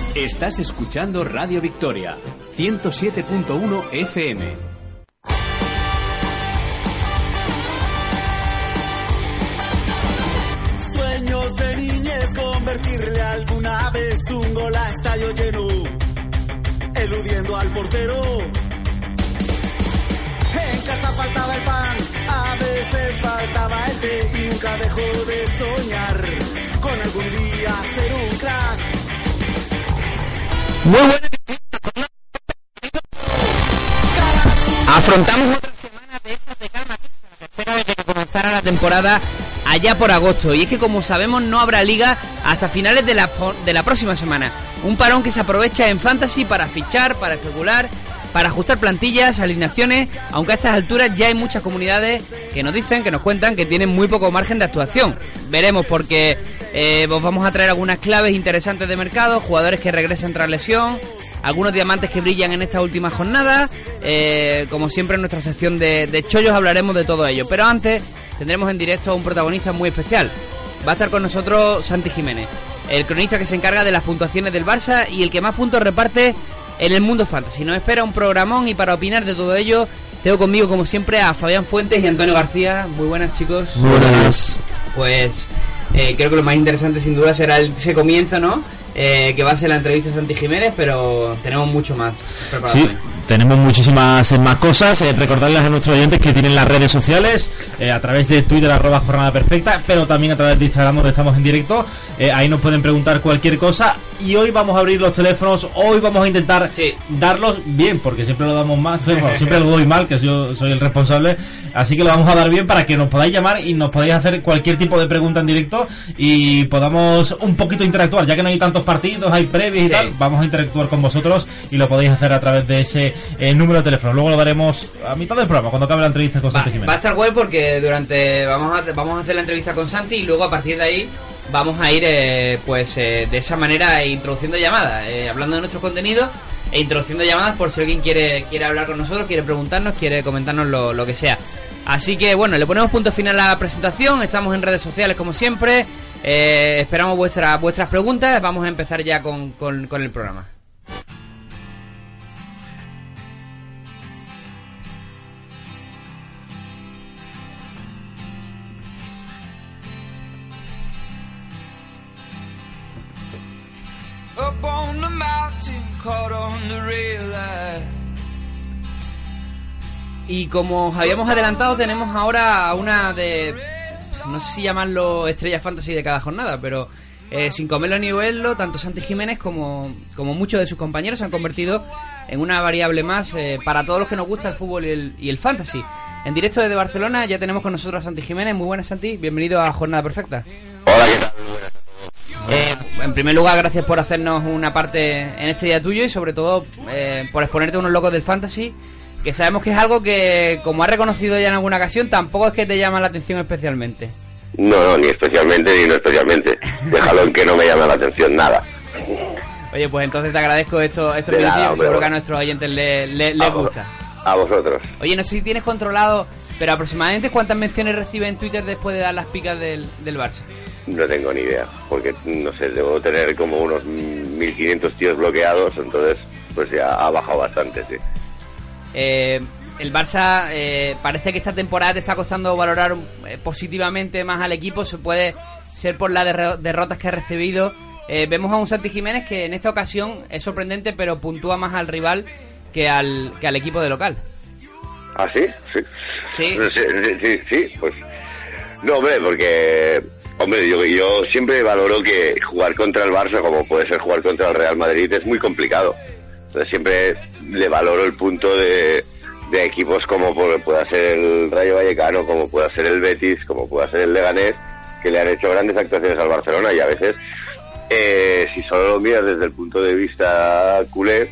Estás escuchando Radio Victoria, 107.1 FM. Sueños de niñez, convertirle alguna vez un gol a estadio lleno, eludiendo al portero. En casa faltaba el pan, a veces faltaba el té, y nunca dejó de soñar con algún día ser un crack. Muy buena. Afrontamos otra semana de estas de calma, la tercera desde que comenzara la temporada allá por agosto. Y es que, como sabemos, no habrá liga hasta finales de la próxima semana. Un parón que se aprovecha en Fantasy para fichar, para especular, para ajustar plantillas, alineaciones, aunque a estas alturas ya hay muchas comunidades que nos dicen, que nos cuentan que tienen muy poco margen de actuación. Veremos, porque os vamos a traer algunas claves interesantes de mercado, jugadores que regresan tras lesión, algunos diamantes que brillan en esta última jornada. Como siempre, en nuestra sección de chollos hablaremos de todo ello. Pero antes tendremos en directo a un protagonista muy especial. Va a estar con nosotros Santi Jiménez, el cronista que se encarga de las puntuaciones del Barça y el que más puntos reparte en el mundo fantasy. Nos espera un programón, y para opinar de todo ello tengo conmigo, como siempre, a Fabián Fuentes y Antonio García. Muy buenas, chicos. Muy buenas. Pues creo que lo más interesante sin duda será ese comienzo, ¿no? Que va a ser la entrevista a Santi Jiménez, pero tenemos mucho más preparado. Sí, tenemos muchísimas más cosas. Recordarles a nuestros oyentes que tienen las redes sociales, a través de Twitter, @Jornada Perfecta, pero también a través de Instagram, donde estamos en directo. Ahí nos pueden preguntar cualquier cosa. Y hoy vamos a abrir los teléfonos. Hoy vamos a intentar darlos bien, porque siempre lo damos más. Bueno, siempre lo doy mal, que yo soy el responsable. Así que lo vamos a dar bien para que nos podáis llamar y nos podáis hacer cualquier tipo de pregunta en directo y podamos un poquito interactuar, ya que no hay tantos partidos, hay previos y tal. Vamos a interactuar con vosotros y lo podéis hacer a través de ese número de teléfono. Luego lo daremos a mitad del programa, cuando acabe la entrevista con Santi Jiménez. Va a estar guay, porque vamos a hacer la entrevista con Santi y luego a partir de ahí vamos a ir de esa manera introduciendo llamadas, hablando de nuestro contenido e introduciendo llamadas por si alguien quiere hablar con nosotros, quiere preguntarnos, quiere comentarnos lo que sea. Así que bueno, le ponemos punto final a la presentación. Estamos en redes sociales como siempre. Esperamos vuestras preguntas. Vamos a empezar ya con el programa. Up on the mountain, caught on the rail line. Y como os habíamos adelantado, tenemos ahora a una de, no sé si llamarlo estrella fantasy de cada jornada, pero sin comerlo ni beberlo, tanto Santi Jiménez como muchos de sus compañeros se han convertido en una variable más para todos los que nos gusta el fútbol y el fantasy. En directo desde Barcelona ya tenemos con nosotros a Santi Jiménez. Muy buenas, Santi, bienvenido a Jornada Perfecta. Hola, ¿qué tal? Muy buenas. En primer lugar, gracias por hacernos una parte en este día tuyo y sobre todo por exponerte a unos locos del fantasy, que sabemos que es algo que, como has reconocido ya en alguna ocasión, tampoco es que te llama la atención especialmente. No, ni especialmente ni no especialmente. Déjalo en que no me llama la atención nada. Oye, pues entonces te agradezco estos minutos, que seguro que a nuestros oyentes les gusta. A vosotros. Oye, no sé si tienes controlado, pero aproximadamente ¿cuántas menciones recibe en Twitter después de dar las picas del Barça? No tengo ni idea, porque no sé, debo tener como unos 1500 tíos bloqueados, entonces pues ya ha bajado bastante, sí. El Barça parece que esta temporada te está costando valorar positivamente más al equipo. Se puede ser por las derrotas que ha recibido. Vemos a un Santi Jiménez que en esta ocasión es sorprendente, pero puntúa más al rival que al equipo de local. ¿Ah, sí? Sí, pues no, hombre, porque yo siempre valoro que jugar contra el Barça, como puede ser jugar contra el Real Madrid, es muy complicado. Entonces siempre le valoro el punto de equipos como pueda ser el Rayo Vallecano, como pueda ser el Betis, como pueda ser el Leganés, que le han hecho grandes actuaciones al Barcelona. Y a veces, si solo lo miras desde el punto de vista culé,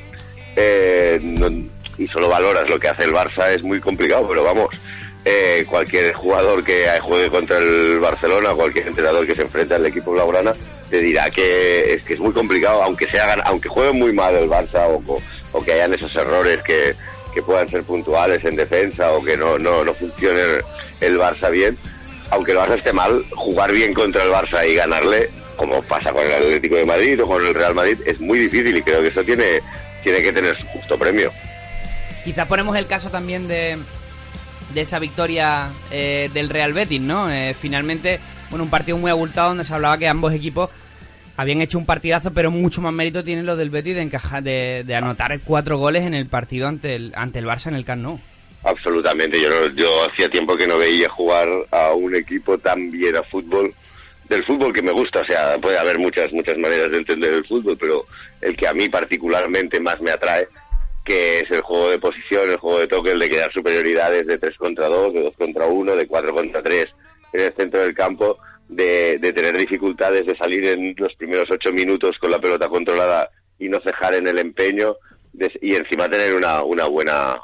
y solo valoras lo que hace el Barça, es muy complicado. Pero vamos, cualquier jugador que juegue contra el Barcelona, cualquier entrenador que se enfrente al equipo blaugrana, te dirá que es muy complicado, aunque juegue muy mal el Barça, o que hayan esos errores que puedan ser puntuales en defensa, o que no funcione el Barça bien. Aunque el Barça esté mal, jugar bien contra el Barça y ganarle como pasa con el Atlético de Madrid o con el Real Madrid, es muy difícil, y creo que eso tiene que tener su justo premio. Quizás ponemos el caso también de esa victoria del Real Betis, ¿no? Finalmente, bueno, un partido muy abultado donde se hablaba que ambos equipos habían hecho un partidazo, pero mucho más mérito tiene lo del Betis de encajar, de anotar 4 goles en el partido ante el Barça en el Camp Nou. Absolutamente, yo hacía tiempo que no veía jugar a un equipo tan bien a fútbol, del fútbol que me gusta. O sea, puede haber muchas maneras de entender el fútbol, pero el que a mí particularmente más me atrae, que es el juego de posición, el juego de toque, el de crear superioridades de 3 contra 2, de 2 contra 1, de 4 contra 3 en el centro del campo, de tener dificultades de salir en los primeros 8 minutos con la pelota controlada y no cejar en el empeño, y encima tener una buena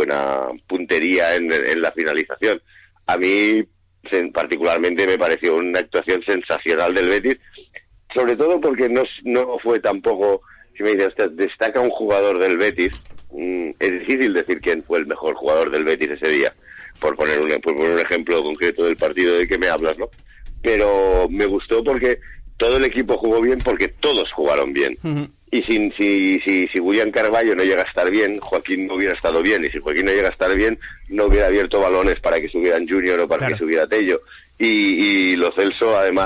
puntería en la finalización. A mí particularmente me pareció una actuación sensacional del Betis, sobre todo porque no fue tampoco, si me dices, destaca un jugador del Betis, es difícil decir quién fue el mejor jugador del Betis ese día, por poner un ejemplo concreto del partido del que me hablas, ¿no? Pero me gustó porque todo el equipo jugó bien, porque todos jugaron bien. Uh-huh. Y si William Carvalho no llega a estar bien, Joaquín no hubiera estado bien. Y si Joaquín no llega a estar bien, no hubiera abierto balones para que subieran Junior o para que subiera Tello. Y Lo Celso, además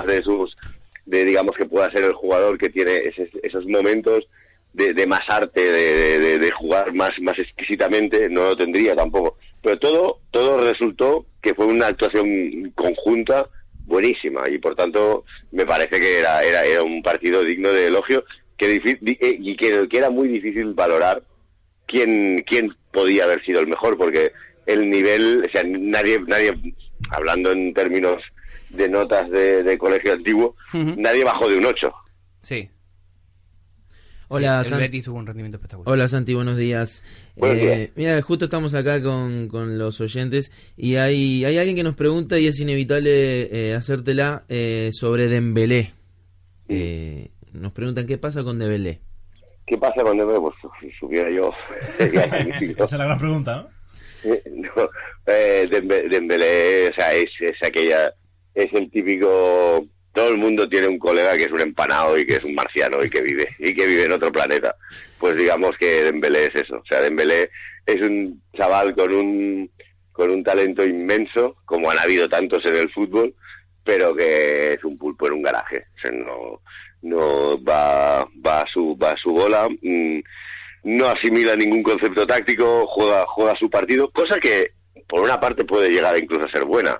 de digamos que pueda ser el jugador que tiene esos momentos de más arte, de jugar más exquisitamente, no lo tendría tampoco. Pero todo resultó que fue una actuación conjunta buenísima, y por tanto me parece que era un partido digno de elogio, y que era muy difícil valorar quién podía haber sido el mejor, porque el nivel, o sea, nadie hablando en términos de notas de colegio antiguo, uh-huh, nadie bajó de un 8. Sí. Hola, el Betis tuvo un rendimiento espectacular. Hola, Santi, buenos días. Mira, justo estamos acá con los oyentes y hay alguien que nos pregunta, y es inevitable hacértela, sobre Dembélé. Nos preguntan qué pasa con Dembélé. ¿Qué pasa con Dembélé? Pues si supiera yo. Esa es la gran pregunta, ¿no? Dembélé, o sea, es el típico. Todo el mundo tiene un colega que es un empanado y que es un marciano y que vive en otro planeta. Pues digamos que Dembélé es eso. O sea, Dembélé es un chaval con un talento inmenso, como han habido tantos en el fútbol, pero que es un pulpo en un garaje. O sea, no va a su bola, no asimila ningún concepto táctico, juega su partido, cosa que por una parte puede llegar incluso a ser buena.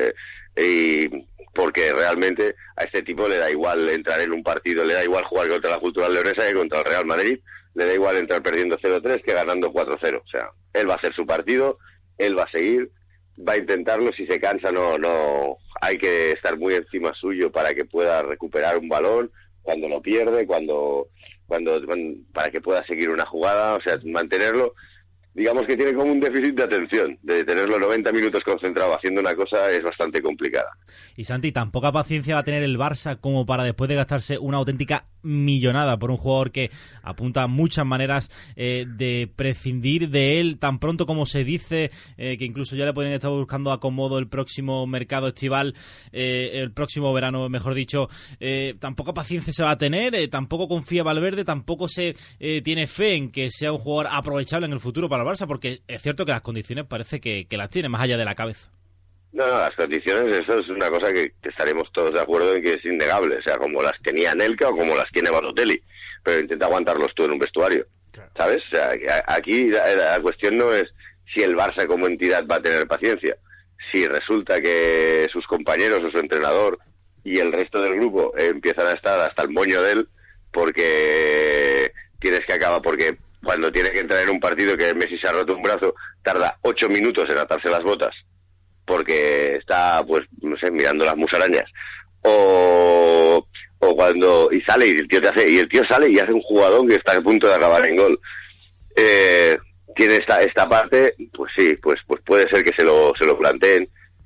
Porque realmente a este tipo le da igual entrar en un partido, le da igual jugar contra la Cultural Leonesa que contra el Real Madrid, le da igual entrar perdiendo 0-3 que ganando 4-0. O sea, él va a hacer su partido, él va a seguir, va a intentarlo. Si se cansa, no hay que estar muy encima suyo para que pueda recuperar un balón cuando lo pierde, cuando para que pueda seguir una jugada, o sea, mantenerlo. Digamos que tiene como un déficit de atención, de tenerlo 90 minutos concentrado haciendo una cosa es bastante complicada. Y Santi, tan poca paciencia va a tener el Barça como para después de gastarse una auténtica millonada por un jugador que apunta a muchas maneras de prescindir de él tan pronto como se dice, que incluso ya le pueden estar buscando acomodo el próximo mercado estival, el próximo verano, mejor dicho. Tan poca paciencia se va a tener, tampoco confía Valverde, tampoco se tiene fe en que sea un jugador aprovechable en el futuro para el Barça, porque es cierto que las condiciones parece que las tiene más allá de la cabeza. No, las condiciones, eso es una cosa que estaremos todos de acuerdo en que es innegable, o sea, como las tenía Anelka o como las tiene Balotelli, pero intenta aguantarlos tú en un vestuario, claro. ¿Sabes? O sea, aquí la cuestión no es si el Barça como entidad va a tener paciencia. Si resulta que sus compañeros o su entrenador y el resto del grupo empiezan a estar hasta el moño de él, porque tienes que acabar, porque cuando tiene que entrar en un partido que Messi se ha roto un brazo, tarda 8 minutos en atarse las botas, porque está, pues, no sé, mirando las musarañas, o cuando, y el tío sale y hace un jugadón que está a punto de acabar en gol. Tiene esta parte, pues sí, pues puede ser que se lo planteen,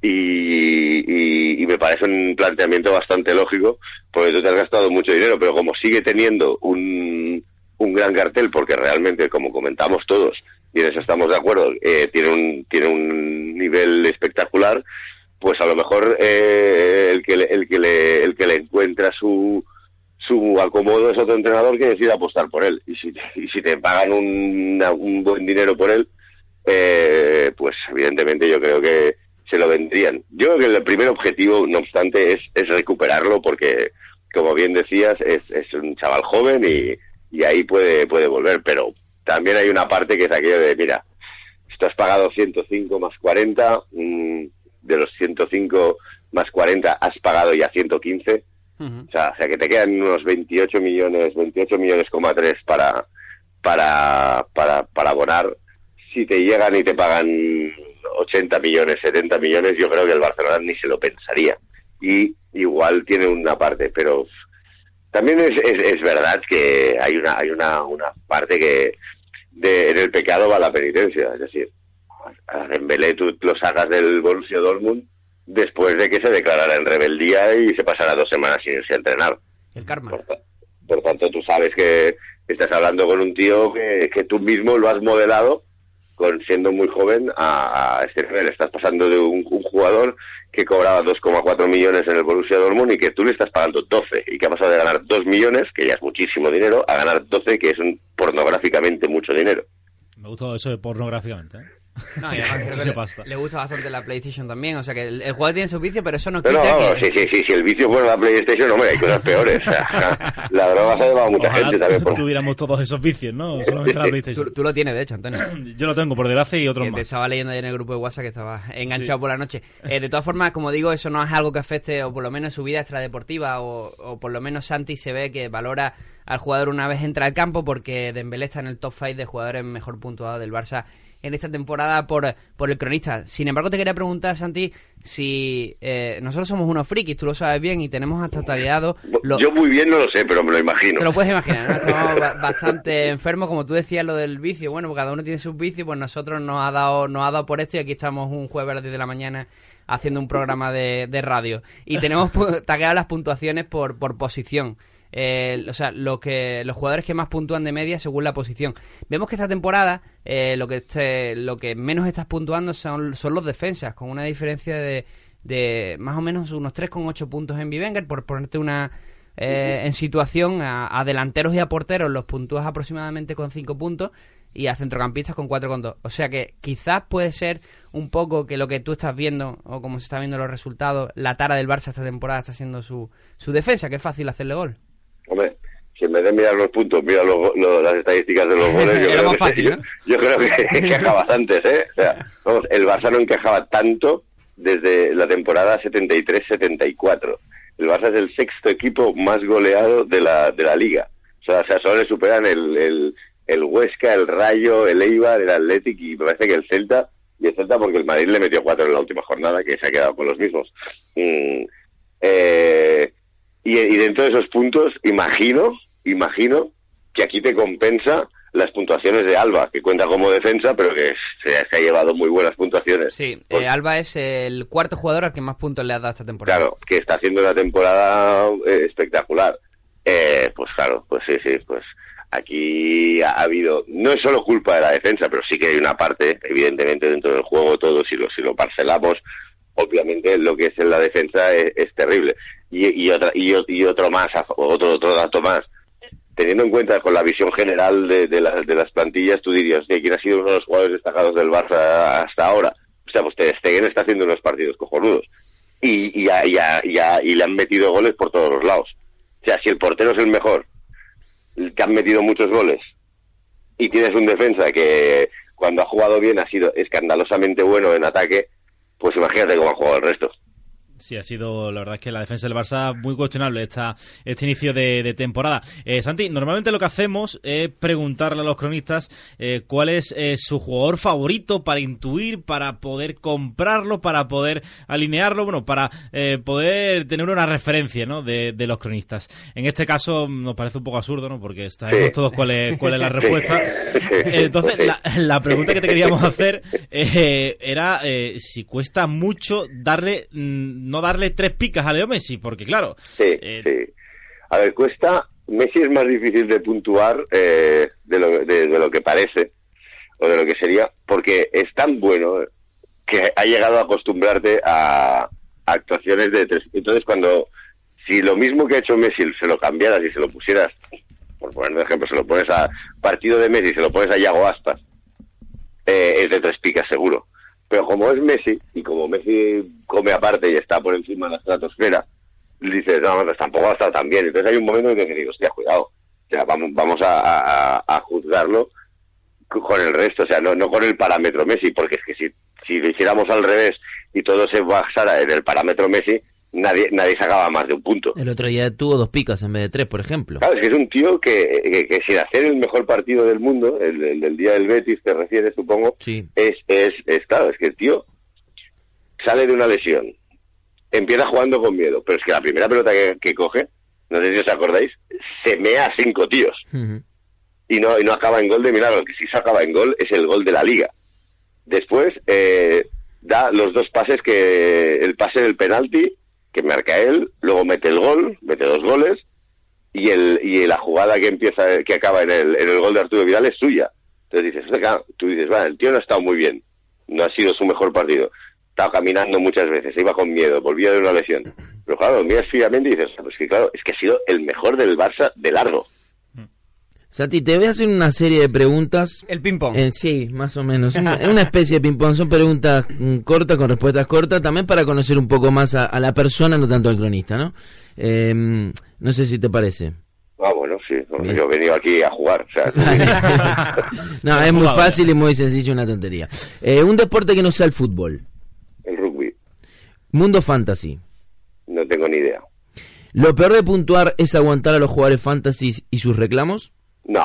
y me parece un planteamiento bastante lógico, porque tú te has gastado mucho dinero, pero como sigue teniendo un gran cartel, porque realmente, como comentamos todos, y en eso estamos de acuerdo, tiene un nivel espectacular, pues a lo mejor el que le encuentra su acomodo es otro entrenador que decide apostar por él. Y si te pagan un buen dinero por él, pues evidentemente yo creo que se lo vendrían. Yo creo que el primer objetivo, no obstante, es recuperarlo, porque, como bien decías, es un chaval joven y ahí puede volver. Pero también hay una parte que es aquello de, mira, tú has pagado 105 más 40, de los 105 más 40 has pagado ya 115. O sea, que te quedan unos 28 millones, 28,3 para abonar. Si te llegan y te pagan 80 millones, 70 millones, yo creo que el Barcelona ni se lo pensaría. Y igual tiene una parte, pero también es verdad que hay una parte que en el pecado va la penitencia. Es decir, a Dembélé tú lo sacas del Borussia Dortmund después de que se declarara en rebeldía y se pasara 2 semanas sin irse a entrenar. El karma. Por tanto, tú sabes que estás hablando con un tío que tú mismo lo has modelado siendo muy joven a este nivel. Estás pasando de un jugador que cobraba 2,4 millones en el Borussia Dortmund y que tú le estás pagando 12, y que ha pasado de ganar 2 millones, que ya es muchísimo dinero, a ganar 12, que es pornográficamente mucho dinero. Me gustó eso de pornográficamente, ¿eh? No, y además creo que le gusta bastante la PlayStation también, o sea que el jugador tiene su vicio, pero eso no quita que... Sí, si el vicio fuera la PlayStation, hombre, hay cosas peores. O sea, la droga se ha llevado a mucha gente también. Tuviéramos todos esos vicios, ¿no? Solamente la PlayStation. Tú lo tienes, de hecho, Antonio. Yo lo tengo, por desgracia, y otros más. Te estaba leyendo ahí en el grupo de WhatsApp que estaba enganchado por la noche. De todas formas, como digo, eso no es algo que afecte, o por lo menos su vida extradeportiva, o por lo menos Santi se ve que valora al jugador una vez entra al campo, porque Dembélé está en el top 5 de jugadores mejor puntuados del Barça en esta temporada por el cronista. Sin embargo, te quería preguntar, Santi, si nosotros somos unos frikis, tú lo sabes bien, y tenemos hasta tallado... Yo muy bien no lo sé, pero me lo imagino. Te lo puedes imaginar, ¿no? Estamos bastante enfermos, como tú decías, lo del vicio. Bueno, pues cada uno tiene sus vicios, pues nosotros nos ha dado por esto, y aquí estamos un jueves a las 10 de la mañana haciendo un programa de radio. Y tenemos tagueadas las puntuaciones por posición. O sea, los jugadores que más puntúan de media según la posición. Vemos que esta temporada lo que menos estás puntuando son los defensas, con una diferencia de más o menos unos 3,8 puntos en Bivenger, por ponerte una en situación. A delanteros y a porteros los puntúas aproximadamente con 5 puntos, y a centrocampistas con 4,2. O sea que quizás puede ser un poco que lo que tú estás viendo, o como se está viendo los resultados, la tara del Barça esta temporada está siendo su defensa, que es fácil hacerle gol. Hombre, si en vez de mirar los puntos, mira las estadísticas de los goles, yo creo que encaja bastantes, ¿eh? O sea, vamos, el Barça no encajaba tanto desde la temporada 73-74. El Barça es el 6º equipo más goleado de la liga. O sea, solo le superan el Huesca, el Rayo, el Eibar, el Athletic, y me parece que el Celta, porque el Madrid le metió 4 en la última jornada, que se ha quedado con los mismos. Y dentro de esos puntos, imagino que aquí te compensa las puntuaciones de Alba, que cuenta como defensa, pero que se ha llevado muy buenas puntuaciones. Sí, Alba es el 4º jugador al que más puntos le ha dado esta temporada. Claro, que está haciendo una temporada espectacular. Pues claro, pues sí, pues aquí ha habido, no es solo culpa de la defensa, pero sí que hay una parte, evidentemente, dentro del juego todo, si lo parcelamos, obviamente lo que es en la defensa es terrible. Y otro dato más, teniendo en cuenta con la visión general de las plantillas, tú dirías que quién ha sido uno de los jugadores destacados del Barça hasta ahora. O sea, pues Ter Stegen está haciendo unos partidos cojonudos y le han metido goles por todos los lados. O sea, si el portero es el mejor, que han metido muchos goles, y tienes un defensa que cuando ha jugado bien ha sido escandalosamente bueno en ataque, pues imagínate cómo ha jugado el resto. Sí, ha sido, la verdad es que la defensa del Barça muy cuestionable este inicio de temporada. Santi, normalmente lo que hacemos es preguntarle a los cronistas cuál es su jugador favorito, para intuir, para poder comprarlo, para poder alinearlo, bueno, para poder tener una referencia, ¿no?, de los cronistas. En este caso nos parece un poco absurdo, ¿no?, porque sabemos todos cuál es la respuesta. Entonces, la pregunta que te queríamos hacer era si cuesta mucho no darle 3 picas a Leo Messi, porque claro... Sí. A ver, Messi es más difícil de puntuar de lo que parece, o de lo que sería, porque es tan bueno que ha llegado a acostumbrarte a actuaciones de tres. Entonces, si lo mismo que ha hecho Messi se lo cambiaras y se lo pusieras, por poner un ejemplo, se lo pones a partido de Messi y se lo pones a Yago Aspas, es de 3 picas seguro. Pero como es Messi, y como Messi come aparte y está por encima de la estratosfera, dices, no, pues tampoco ha estado tan bien. Entonces hay un momento en que digo, hostia, cuidado, o sea, vamos a juzgarlo con el resto, o sea, no con el parámetro Messi, porque es que si lo hiciéramos al revés y todo se basara en el parámetro Messi, nadie sacaba más de un punto. El otro día tuvo 2 picas en vez de 3, por ejemplo. Claro, es que es un tío que sin hacer el mejor partido del mundo, el del día del Betis, te refieres, supongo, sí. es claro, es que el tío sale de una lesión, empieza jugando con miedo, pero es que la primera pelota que coge, no sé si os acordáis, se mea a 5 tíos. Uh-huh. Y no acaba en gol de milagro. El que sí se acaba en gol es el gol de la Liga. Después da los 2 pases, el pase del penalti que marca él, luego mete el gol, mete 2 goles y la jugada que acaba en el gol de Arturo Vidal es suya. Entonces tú dices, vale, el tío no ha estado muy bien, no ha sido su mejor partido, estaba caminando muchas veces, se iba con miedo, volvía de una lesión, pero claro, miras fríamente y dices, pues que claro, es que ha sido el mejor del Barça de largo. Santi, te voy a hacer una serie de preguntas. El ping-pong. Sí, más o menos. Una especie de ping-pong. Son preguntas cortas, con respuestas cortas, también para conocer un poco más a la persona, no tanto al cronista, ¿no? No sé si te parece. Ah, bueno, sí. Yo he venido aquí a jugar. O sea, no, es muy fácil y muy sencillo, una tontería. Un deporte que no sea el fútbol. El rugby. Mundo fantasy. No tengo ni idea. ¿Lo peor de puntuar es aguantar a los jugadores fantasy y sus reclamos? No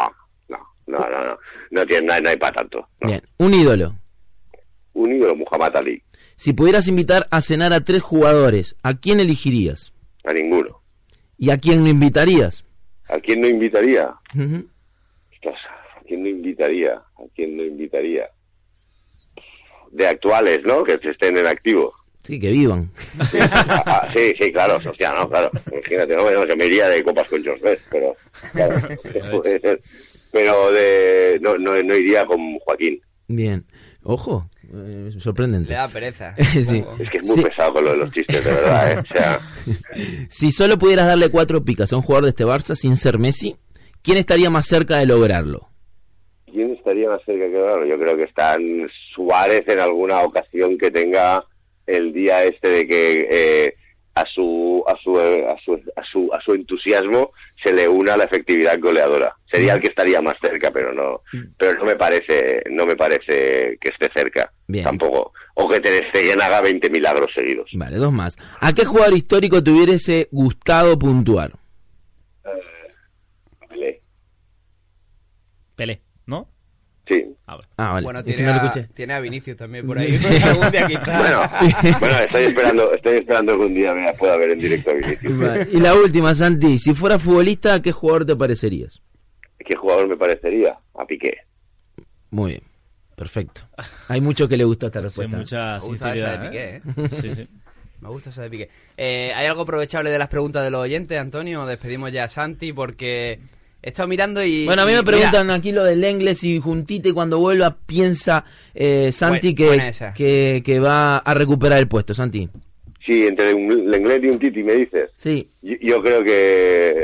hay para tanto. No. Bien, un ídolo. Un ídolo, Muhammad Ali. Si pudieras invitar a cenar a 3 jugadores, ¿a quién elegirías? A ninguno. ¿Y a quién no invitarías? ¿A quién no invitaría? Uh-huh. Ostras, ¿a quién no invitaría? ¿A quién no invitaría? De actuales, ¿no? Que estén en activo. Sí, que vivan. Sí, claro, o sea, no, claro. Imagínate, no, que me iría de copas con George Best, pero claro, puede ser. Pero no iría con Joaquín. Bien. Ojo, sorprendente. Le da pereza. Sí. Es que es muy pesado con lo de los chistes, de verdad, O sea... Si solo pudieras darle 4 picas a un jugador de este Barça sin ser Messi, ¿quién estaría más cerca de lograrlo? ¿Quién estaría más cerca de lograrlo? Yo creo que están Suárez en alguna ocasión que tenga el día este de que a su entusiasmo se le una la efectividad goleadora. Sería el que estaría más cerca, pero no me parece que esté cerca. Bien. Tampoco. O que Ter Stegen haga 20 milagros seguidos. Vale, 2 más. ¿A qué jugador histórico te hubiese gustado puntuar? Pelé, ¿no? Sí. Vale. Bueno, Es que no lo escuché. tiene a Vinicius también por ahí. Algún día quizá. Bueno, estoy esperando que un día me pueda ver en directo a Vinicius. Vale. Y la última, Santi, si fueras futbolista, ¿a qué jugador te parecerías? ¿Qué jugador me parecería? A Piqué. Muy bien, perfecto. Hay mucho que le gusta esta respuesta. Mucha Me gusta esa de sinceridad, Piqué, Sí. Me gusta esa de Piqué. ¿Hay algo aprovechable de las preguntas de los oyentes, Antonio? Despedimos ya a Santi porque he estado mirando y... Bueno, a mí me preguntan aquí lo del inglés y juntite cuando vuelva piensa Santi que va a recuperar el puesto, Santi. Sí, entre un Lenglet y un Titi, me dices. Sí. Yo creo que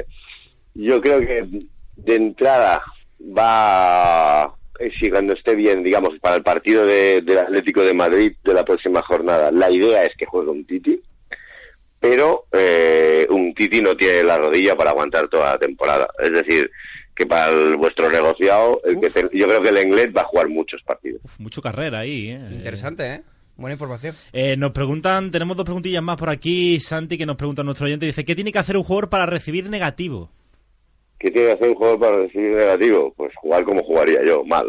de entrada va, si cuando esté bien, digamos, para el partido del Atlético de Madrid de la próxima jornada, la idea es que juegue un Titi, pero un Titi no tiene la rodilla para aguantar toda la temporada. Es decir, que para vuestro negociado, yo creo que el Lenglet va a jugar muchos partidos. Mucho carrera ahí, Interesante, ¿eh? Buena información. Nos preguntan, tenemos 2 preguntillas más por aquí, Santi, que nos pregunta nuestro oyente, dice, ¿qué tiene que hacer un jugador para recibir negativo? ¿Qué tiene que hacer un jugador para recibir negativo? Pues jugar como jugaría yo, mal.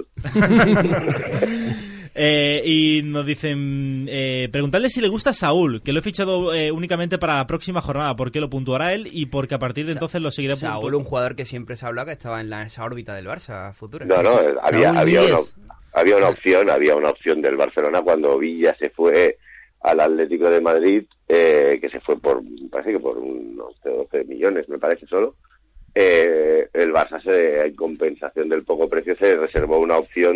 Y nos dicen, preguntarle si le gusta Saúl, que lo he fichado únicamente para la próxima jornada, ¿por qué lo puntuará él? Y porque a partir de entonces lo seguiré puntuando. Saúl, un jugador que siempre se ha hablado que estaba en esa órbita del Barça futura. No, había una opción del Barcelona cuando Villa se fue al Atlético de Madrid, que se fue parece que por unos 12 millones, me parece solo. El Barça, en compensación del poco precio, se reservó una opción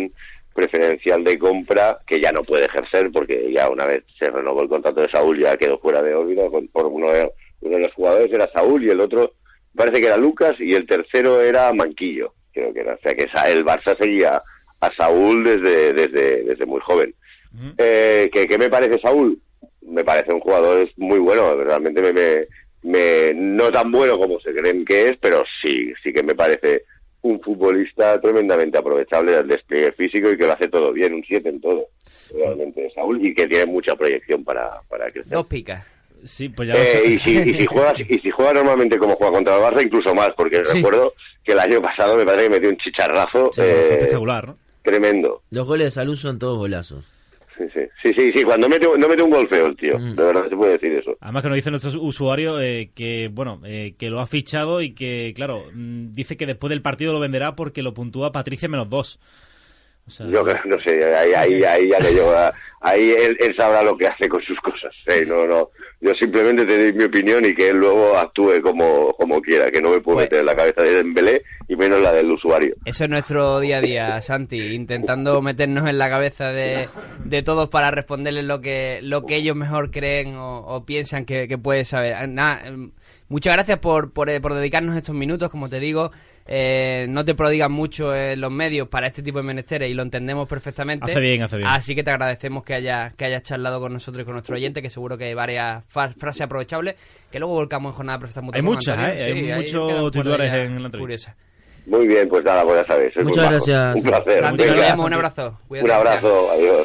preferencial de compra que ya no puede ejercer porque ya una vez se renovó el contrato de Saúl ya quedó fuera de órbita. Por uno de los jugadores era Saúl y el otro parece que era Lucas y el tercero era Manquillo, creo que era. O sea que el Barça seguía a Saúl desde muy joven. ¿Qué me parece Saúl? Me parece un jugador muy bueno, realmente no tan bueno como se creen que es, pero sí que me parece un futbolista tremendamente aprovechable del despliegue físico y que lo hace todo bien, un 7 en todo, realmente Saúl, y que tiene mucha proyección para crecer. 2 picas. Sí, pues ya lo sé. Y si juega normalmente como juega contra el Barça, incluso más, porque recuerdo que el año pasado me parece que metió un chicharrazo espectacular, ¿no? Tremendo. Los goles de Salud son todos golazos. Sí, cuando mete un gol feo el tío, de verdad se puede decir eso. Además que nos dice nuestro usuario que lo ha fichado y que, claro, dice que después del partido lo venderá porque lo puntúa Patricia -2. O sea, yo no sé, ahí ya le llevo ahí él sabrá lo que hace con sus cosas. Yo simplemente te doy mi opinión y que él luego actúe como quiera, que no me puedo meter en la cabeza de Dembélé y menos la del usuario. Eso es nuestro día a día, Santi, intentando meternos en la cabeza de todos para responderles lo que ellos mejor creen o piensan que puede saber. Nada, muchas gracias por dedicarnos estos minutos, como te digo. No te prodigan mucho en los medios para este tipo de menesteres y lo entendemos perfectamente. Hace bien. Así que te agradecemos que hayas charlado con nosotros y con nuestro oyente, que seguro que hay varias frases aprovechables que luego volcamos en Jornada Perfecta. Hay muchas, hay muchos titulares en la entrevista. Muy bien, pues nada, pues ya sabes. Muchas gracias. Un placer. Santi, nos vemos, un abrazo. Un abrazo, adiós.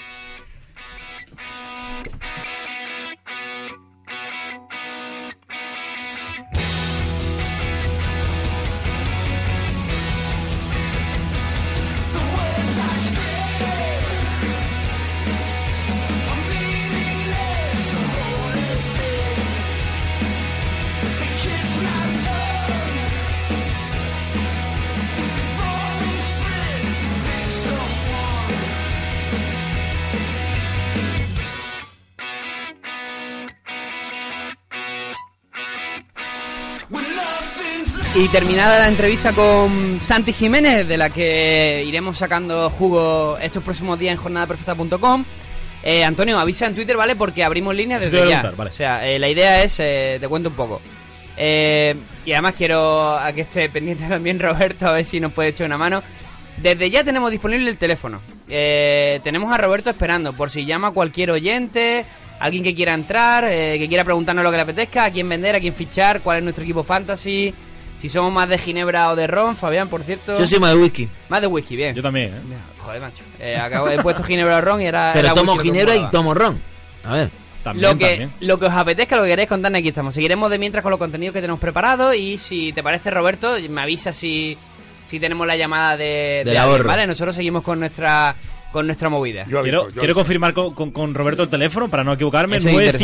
Y terminada la entrevista con Santi Jiménez, de la que iremos sacando jugo estos próximos días en jornadaperfecta.com. Antonio, avisa en Twitter, ¿vale? Porque abrimos líneas desde ya. Vale. O sea, la idea es, te cuento un poco. Y además quiero a que esté pendiente también Roberto, a ver si nos puede echar una mano. Desde ya tenemos disponible el teléfono. Tenemos a Roberto esperando, por si llama cualquier oyente, alguien que quiera entrar, que quiera preguntarnos lo que le apetezca, a quién vender, a quién fichar, cuál es nuestro equipo fantasy. Si somos más de ginebra o de ron, Fabián, por cierto. Yo soy más de whisky. Más de whisky, bien. Yo también, Joder, macho. He puesto ginebra o ron y era. Pero era tomo whisky ginebra y tomo ron. A ver. También. Lo que os apetezca, lo que queréis contarnos, aquí estamos. Seguiremos de mientras con los contenidos que tenemos preparados. Y si te parece, Roberto, me avisa si tenemos la llamada de ahorro. ¿vale? Nosotros seguimos con nuestra movida. Quiero confirmar con Roberto el teléfono para no equivocarme.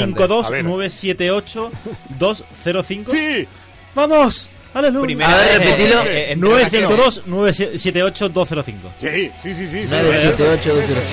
952-978-205. ¡Sí! ¡Vamos! ¡Aleluya! A ver, repetilo. 952-978-205. Sí. 978-205.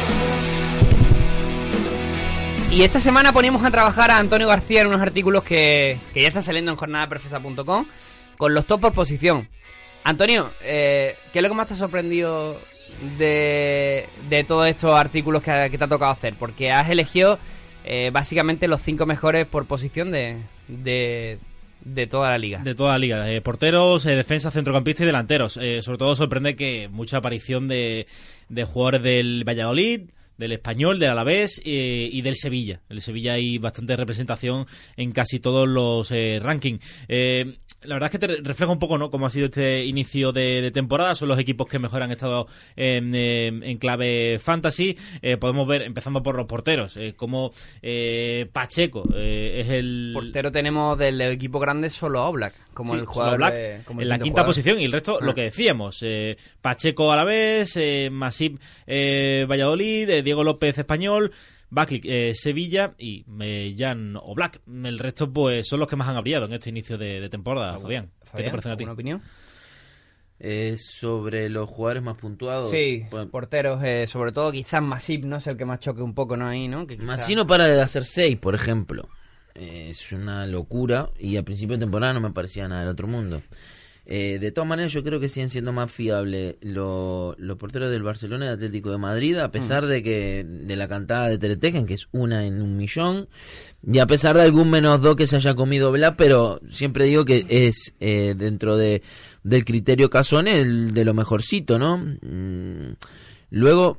Y esta semana poníamos a trabajar a Antonio García en unos artículos que ya están saliendo en jornadaperfecta.com con los top por posición. Antonio, ¿qué es lo que más te ha sorprendido de todos estos artículos que te ha tocado hacer? Porque has elegido básicamente los 5 mejores por posición de toda la liga. De toda la liga. Porteros, defensas, centrocampistas y delanteros. Sobre todo sorprende que mucha aparición de jugadores del Valladolid, del Español, del Alavés y del Sevilla. El Sevilla hay bastante representación en casi todos los rankings. La verdad es que te refleja un poco, ¿no?, cómo ha sido este inicio de temporada. Son los equipos que mejor han estado en clave fantasy. Podemos ver, empezando por los porteros, como Pacheco es el... Portero tenemos del equipo grande solo a Oblak, como el jugador Oblak, como en la quinta posición, y el resto, lo que decíamos, Pacheco Alavés, Masip Valladolid, Diego López Español, Baklik Sevilla y Jan Oblak. El resto pues son los que más han brillado en este inicio de temporada. Fabián, ¿qué te parece a ti? ¿Una opinión? Sobre los jugadores más puntuados. Sí, porteros, sobre todo quizás Masip, no es el que más choque un poco, ¿no? Ahí, ¿no? Que Masip no para de hacer 6, por ejemplo. Es una locura y a principio de temporada no me parecía nada del otro mundo. De todas maneras, yo creo que siguen siendo más fiables los porteros del Barcelona y del Atlético de Madrid, a pesar de la cantada de Ter Stegen, que es 1 en 1.000.000, y a pesar de algún -2 que se haya comido Blas, pero siempre digo que es dentro del criterio Casone el de lo mejorcito, ¿no? Luego,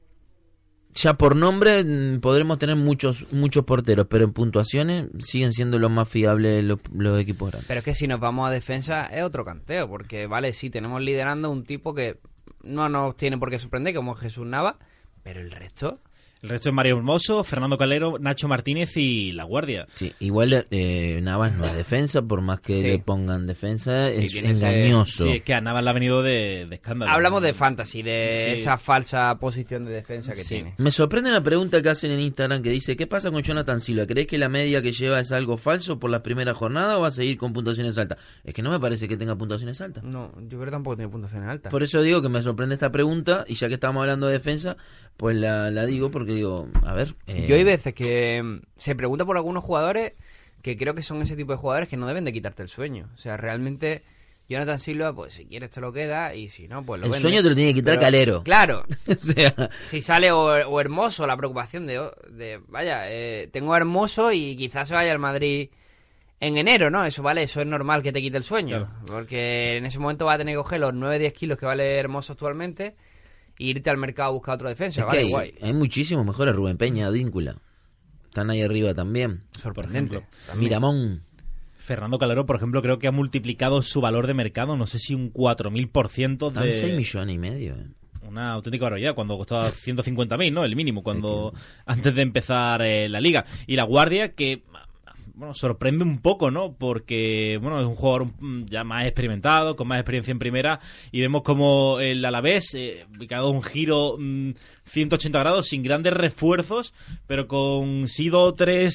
ya por nombre podremos tener muchos porteros, pero en puntuaciones siguen siendo los más fiables los equipos grandes. Pero es que si nos vamos a defensa es otro canteo, porque vale, sí, tenemos liderando un tipo que no nos tiene por qué sorprender, como Jesús Nava, pero el resto... El resto es Mario Hermoso, Fernando Calero, Nacho Martínez y La Guardia. Sí, igual Navas no es defensa, por más que le pongan defensa, es engañoso. Sí, es que a Navas le ha venido de escándalo. Hablamos de fantasy, de esa falsa posición de defensa que tiene. Me sorprende la pregunta que hacen en Instagram que dice, ¿qué pasa con Jonathan Silva? ¿Crees que la media que lleva es algo falso por la primera jornada o va a seguir con puntuaciones altas? Es que no me parece que tenga puntuaciones altas. No, yo creo que tampoco tiene puntuaciones altas. Por eso digo que me sorprende esta pregunta, y ya que estamos hablando de defensa, pues la digo porque digo, a ver... Yo hay veces que se pregunta por algunos jugadores que creo que son ese tipo de jugadores que no deben de quitarte el sueño. O sea, realmente Jonathan Silva, pues si quieres te lo queda y si no, pues lo vende. El sueño te lo tiene que quitar Calero. Claro. O sea... Si sale o Hermoso, la preocupación de vaya, tengo a Hermoso y quizás se vaya al Madrid en enero, ¿no? Eso vale, eso es normal que te quite el sueño. Claro. Porque en ese momento va a tener que coger los 9-10 kilos que vale Hermoso actualmente e irte al mercado a buscar otro defensa, ¿vale? Guay. Hay muchísimos mejores, Rubén Peña, Advíncula. Están ahí arriba también. Sorprendente. Miramón. Fernando Calero, por ejemplo, creo que ha multiplicado su valor de mercado, no sé si un 4.000%. Están 6,5 millones. Una auténtica barbaridad, cuando costaba 150.000, ¿no? El mínimo, antes de empezar la liga. Y La Guardia, que... Bueno, sorprende un poco, ¿no? Porque, bueno, es un jugador ya más experimentado, con más experiencia en primera, y vemos como el Alavés que ha dado un giro 180 grados, sin grandes refuerzos, pero con sí 2 o 3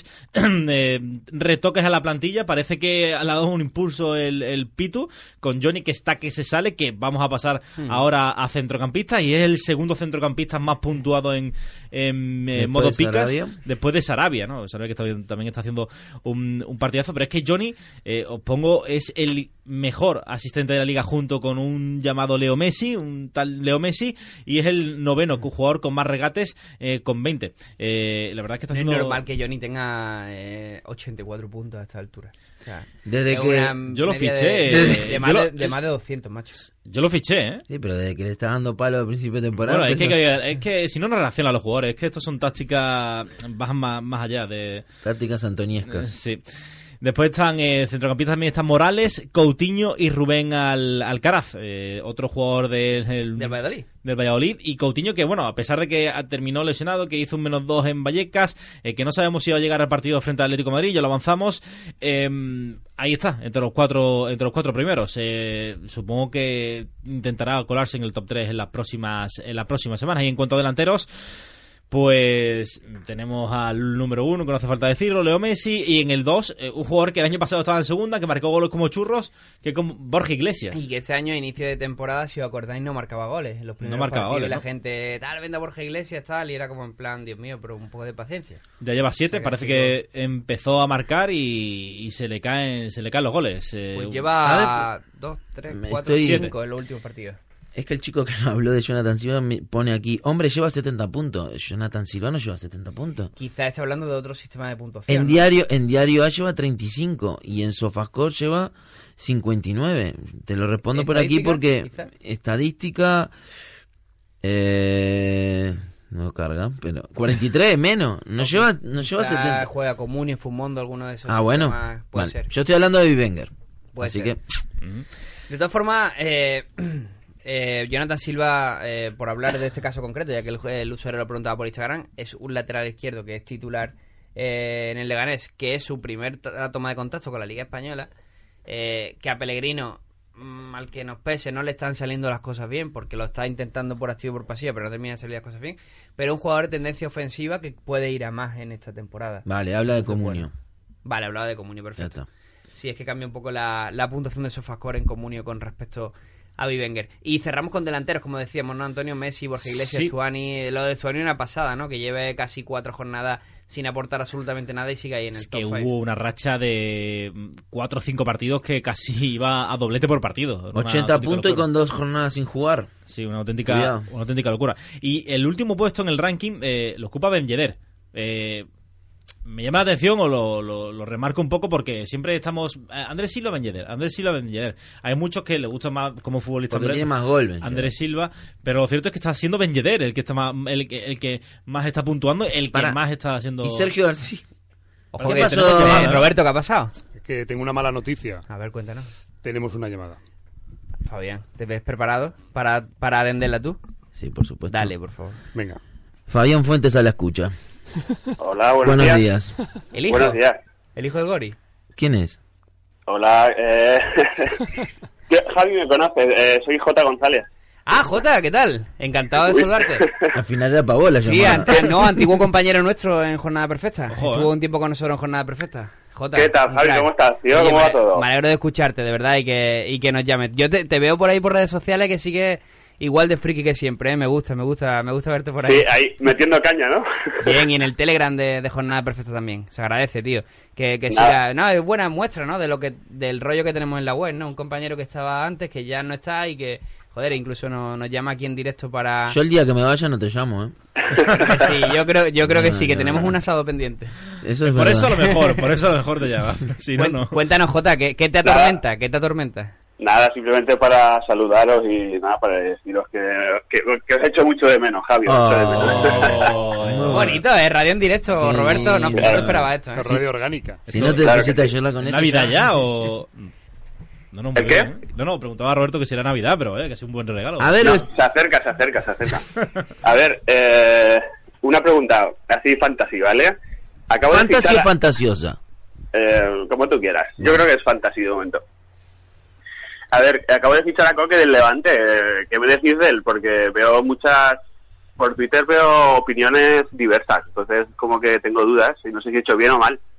retoques a la plantilla. Parece que le ha dado un impulso el Pitu, con Johnny que está que se sale, que vamos a pasar ahora a centrocampista, y es el segundo centrocampista más puntuado en modo picas, después de Sarabia, ¿no? Sarabia que también está haciendo un partidazo, pero es que Johnny, os pongo, es el mejor asistente de la liga junto con un llamado Leo Messi, un tal Leo Messi, y es el noveno jugador con más regates, con 20. La verdad es que está haciendo... Es normal que Johnny tenga 84 puntos a esta altura. O sea, desde que yo lo fiché de más de 200, macho. Yo lo fiché, ¿eh? Sí, pero desde que le está dando palo al principio de temporada. Bueno, es que si no reacciona a los jugadores, es que estos son tácticas, bajan más allá de... Tácticas antoniescas. Sí. Después están centrocampistas, también están Morales, Coutinho y Rubén Alcaraz, otro jugador del Valladolid. Del Valladolid. Y Coutinho, que bueno, a pesar de que terminó lesionado, que hizo un -2 en Vallecas, que no sabemos si va a llegar al partido frente al Atlético de Madrid, ya lo avanzamos, ahí está, entre los cuatro primeros. Supongo que intentará colarse en el top 3 en las próximas semanas. Y en cuanto a delanteros, pues tenemos al número 1, que no hace falta decirlo, Leo Messi, y en el 2, un jugador que el año pasado estaba en segunda, que marcó goles como churros, que como Borja Iglesias. Y que este año, a inicio de temporada, si os acordáis, no marcaba goles. En los primeros partidos, goles, ¿no? La gente, vende a Borja Iglesias, y era como en plan, Dios mío, pero un poco de paciencia. Ya lleva 7, parece que empezó a marcar y se le caen los goles. Pues lleva 2, 3, 4, 5 en los últimos partidos. Es que el chico que nos habló de Jonathan Silva me pone aquí, hombre, lleva 70 puntos. Jonathan Silva no lleva 70 puntos. Quizá está hablando de otro sistema de puntuación. En Diario A lleva 35 y en Sofascore lleva 59. Te lo respondo por aquí porque quizá. Estadística no carga, pero 43 menos. No lleva 70. Juega Comunio, Fumondo, alguno de esos. Bueno, puede ser. Yo estoy hablando de Vivenger. Puede así ser. Que de todas formas, Jonathan Silva, por hablar de este caso concreto, ya que el usuario lo preguntaba por Instagram, es un lateral izquierdo que es titular en el Leganés, que es su primer toma de contacto con la Liga Española, que a Pellegrino, al que nos pese, no le están saliendo las cosas bien, porque lo está intentando por activo y por pasiva, pero no termina de salir las cosas bien, pero un jugador de tendencia ofensiva que puede ir a más en esta temporada. Vale, habla de Comunio. Vale, hablaba de Comunio, perfecto. Sí, es que cambia un poco la puntuación de Sofascore en Comunio con respecto Avi Wenger. Y cerramos con delanteros, como decíamos, ¿no? Antonio Messi, Borja Iglesias, Stuani. Lo de Stuani una pasada, ¿no? Que lleve casi 4 jornadas sin aportar absolutamente nada y sigue ahí en el top 5. Es que hubo una racha de 4 o 5 partidos que casi iba a doblete por partido. 80 puntos y con 2 jornadas sin jugar. Sí, una auténtica locura. Y el último puesto en el ranking lo ocupa Ben Yedder. Me llama la atención o lo remarco un poco porque siempre estamos Andrés Silva, Ben Yedder. Hay muchos que le gustan más como futbolista porque tiene más gol, Andrés Silva, pero lo cierto es que está siendo Ben Yedder el que está más, el que más está puntuando, el que más está haciendo. Y Sergio García. Ojo, ¿qué pasó? Roberto, ¿qué ha pasado? Es que tengo una mala noticia. A ver, cuéntanos. Tenemos una llamada. Fabián, ¿te ves preparado para atenderla tú? Sí, por supuesto. Dale, por favor. Venga. Fabián Fuentes a la escucha. Hola, buenos días. ¿El hijo? Buenos días. ¿El hijo del Gori? ¿Quién es? Hola, Javi me conoce, soy J. González. Ah, Jota, ¿qué tal? Encantado de saludarte. Al final era para vos la Sí, llamada. antiguo compañero nuestro en Jornada Perfecta. Ojo, Estuvo un tiempo con nosotros en Jornada Perfecta. Jota, ¿Qué tal, Javi? ¿Cómo estás, tío? Oye, ¿Cómo va todo? Me alegro de escucharte, de verdad, y que nos llames. Yo te veo por ahí por redes sociales que sigue igual de friki que siempre, ¿eh? Me gusta verte por ahí. Sí, ahí, metiendo caña, ¿no? Bien, y en el Telegram de Jornada Perfecta también. Se agradece, tío. Que siga. No, es buena muestra, ¿no? Del rollo que tenemos en la web, ¿no? Un compañero que estaba antes, que ya no está y que, joder, incluso nos llama aquí en directo para... Yo el día que me vaya no te llamo, ¿eh? Sí, yo creo que sí, que tenemos un asado pendiente. Eso es por verdad. eso a lo mejor te llama. Si no. Cuéntanos, Jota, ¿qué te atormenta? ¿Qué te atormenta? Nada, simplemente para saludaros y nada, para deciros que os echo mucho de menos, Javi. Es bonito, radio en directo, Sí, Roberto, no claro. esperaba esto. Esto es radio orgánica. Si no te claro necesitas que sí. yo la conecto. ¿Navidad ya o...? No, ¿El qué? No, preguntaba a Roberto que si era Navidad, pero que es un buen regalo. A ver, No, se acerca. A ver, una pregunta así fantasy, ¿vale? Acabo de fantasía fichar o fantasiosa. como tú quieras. Yo creo que es fantasy de momento. A ver, acabo de fichar a Coque del Levante. ¿Qué me decís de él? Porque veo por Twitter veo opiniones diversas. Entonces, como que tengo dudas y no sé si he hecho bien o mal.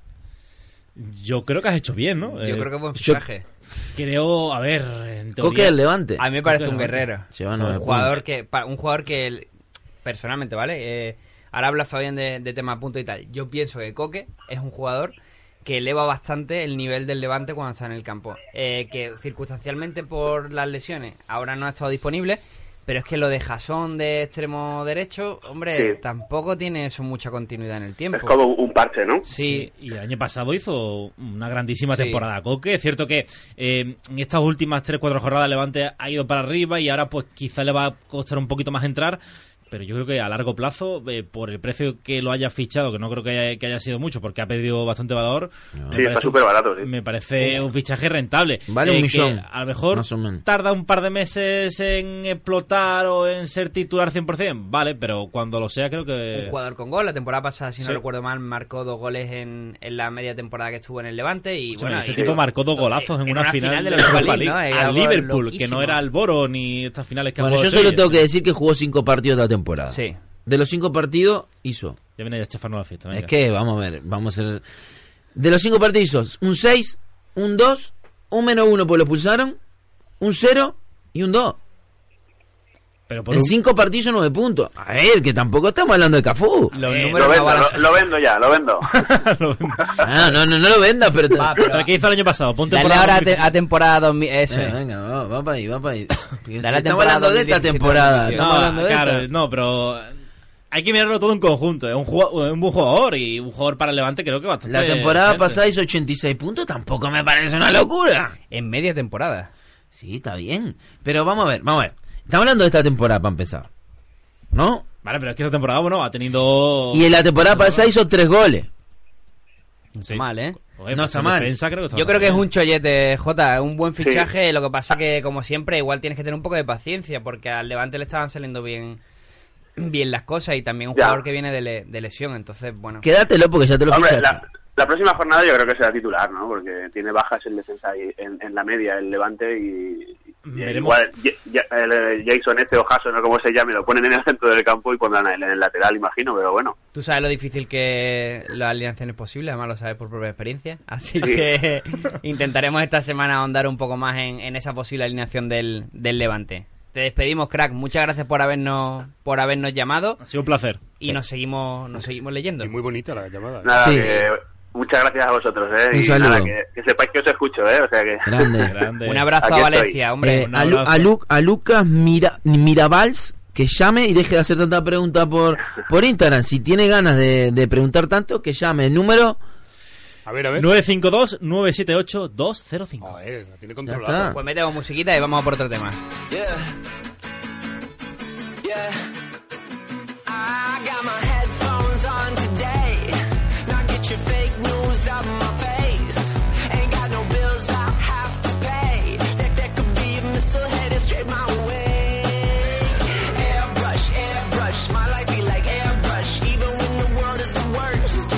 Yo creo que has hecho bien, ¿no? Yo creo que es buen fichaje. Creo, a ver, en teoría... Coque del Levante. A mí me parece un guerrero. Lleva un 9 jugador que personalmente, ¿vale? Ahora habla Fabián de tema punto y tal. Yo pienso que Coque es un jugador que eleva bastante el nivel del Levante cuando está en el campo. Que circunstancialmente por las lesiones ahora no ha estado disponible, pero es que lo de Jasón de extremo derecho, hombre, Sí. tampoco tiene eso mucha continuidad en el tiempo. Es como un parche, ¿no? Sí. Y el año pasado hizo una grandísima Sí. temporada Coque. Es cierto que en estas últimas 3-4 jornadas Levante ha ido para arriba y ahora pues quizá le va a costar un poquito más entrar. Pero yo creo que a largo plazo, por el precio que lo haya fichado, que no creo que haya sido mucho porque ha perdido bastante valor, Sí, está súper barato, sí. me parece un fichaje rentable. Vale un millón, que a lo mejor más o menos. tarda un par de meses en explotar o en ser titular 100%, vale, pero cuando lo sea creo que... Un jugador con gol. La temporada pasada, si no Sí. recuerdo mal, marcó 2 goles en la media temporada que estuvo en el Levante. Y Escúchame, bueno, este y- tipo marcó 2 golazos en una final de la Europa League, ¿no? al Algo Liverpool, que loquísimo. no era el Boro ni estas finales que ha Bueno, yo jugado solo Sevilla. tengo que decir que jugó 5 partidos de la temporada. Sí. De los 5 partidos, hizo. Ya viene a chafarnos la fiesta, venga. Es que, vamos a ver, vamos a ser... De los 5 partidos hizo un 6, un 2, un -1 porque lo expulsaron, un 0 y un 2. Pero por En un... 5 partidos hizo 9 puntos. A ver, que tampoco estamos hablando de Cafú. Los Lo números no vendo, van lo vendo ya, lo vendo. Ah, no lo vendas, pero... Va, pero- ¿Pero qué hizo el año pasado? Ponte Dale temporada ahora 2017. a temporada 2000. Eso es. Venga, va para ahí. Porque si Dale a estamos temporada hablando de esta 2017, temporada. Estamos No, hablando de claro, esta. no, pero hay que mirarlo todo en conjunto. Es un buen jugador y un jugador para el Levante creo que bastante... La temporada decente. pasada hizo 86 puntos, tampoco me parece una locura. En media temporada. Sí, está bien. Pero vamos a ver. Estamos hablando de esta temporada para empezar, ¿no? Vale, pero es que esta temporada, bueno, ha tenido... Y en la temporada pasada hizo 3 goles. Sí. Mal, ¿eh? Joder, No pues está en mal. defensa creo que está Yo creo que es bien. un chollete, Jota, un buen fichaje. Lo que pasa que, como siempre, igual tienes que tener un poco de paciencia, porque al Levante le estaban saliendo bien las cosas y también un Ya. jugador que viene de lesión. Entonces, bueno. Quédatelo porque ya te lo Hombre, fichaste. la próxima jornada yo creo que será titular, ¿no? Porque tiene bajas en defensa y en la media el Levante y veremos. Igual el Jason o Jason o como se llame, lo ponen en el centro del campo y pondrán en el lateral, imagino, pero bueno. Tú sabes lo difícil que la alineación es posible, además lo sabes por propia experiencia, así que intentaremos esta semana ahondar un poco más en esa posible alineación del Levante. Te despedimos, crack, muchas gracias por habernos llamado. Ha sido un placer. Y nos seguimos leyendo. Y muy bonita la llamada. Nada, muchas gracias a vosotros, Un y saludo. nada, que sepáis que os escucho, o sea que... Grande. Un abrazo Aquí a Valencia, estoy. hombre. A Lucas Mirabals, que llame y deje de hacer tanta pregunta por Instagram. Si tiene ganas de preguntar tanto, que llame. El número... A ver. 952-978-205. Joder, la tiene Ya controlada. está. Pues metemos musiquita y vamos a por otro tema. I got my headphones on today. Now get your fake news out my face. Ain't got no bills I have to pay. That could be a missile headed straight my way. Airbrush, my life be like airbrush. Even when the world is the worst.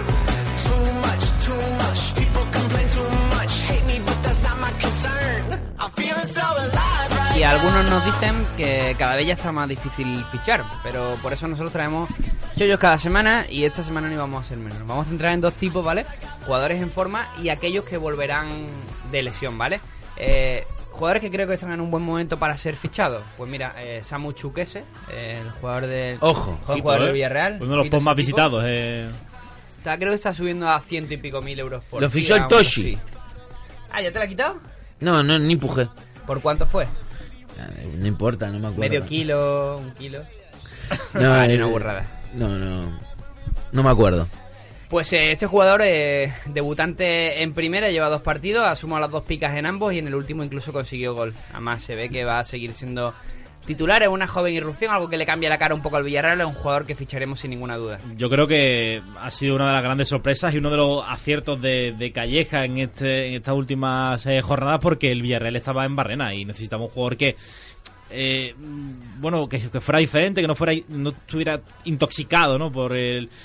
Too much. People complain too much. Hate me, but that's not my concern. I'm feeling so alive right Y algunos nos dicen que cada vez ya está más difícil fichar, pero por eso nosotros traemos chollos cada semana y esta semana no íbamos a ser menos. Vamos a centrar en dos tipos, ¿vale? Jugadores en forma y aquellos que volverán de lesión, ¿vale? Jugadores que creo que están en un buen momento para ser fichados. Pues mira, Samu Chukwueze, el jugador del... Ojo. Jugador del Villarreal. Uno de los posts más visitados. Creo que está subiendo a 100 y pico mil euros por Lo día, fichó el o Toshi. algo así. Ah, ¿ya te la has quitado? No, ni empujé. ¿Por cuánto fue? No importa, no me acuerdo. ¿Medio kilo? ¿1 kilo? No, Una burrada. No me acuerdo. Pues este jugador, debutante en primera, lleva 2 partidos, ha sumado las 2 picas en ambos y en el último incluso consiguió gol. Además se ve que va a seguir siendo titular, es una joven irrupción, algo que le cambia la cara un poco al Villarreal, es un jugador que ficharemos sin ninguna duda. Yo creo que ha sido una de las grandes sorpresas y uno de los aciertos de Calleja en estas últimas jornadas, porque el Villarreal estaba en barrena y necesitaba un jugador que que fuera diferente, que no estuviera intoxicado, ¿no? por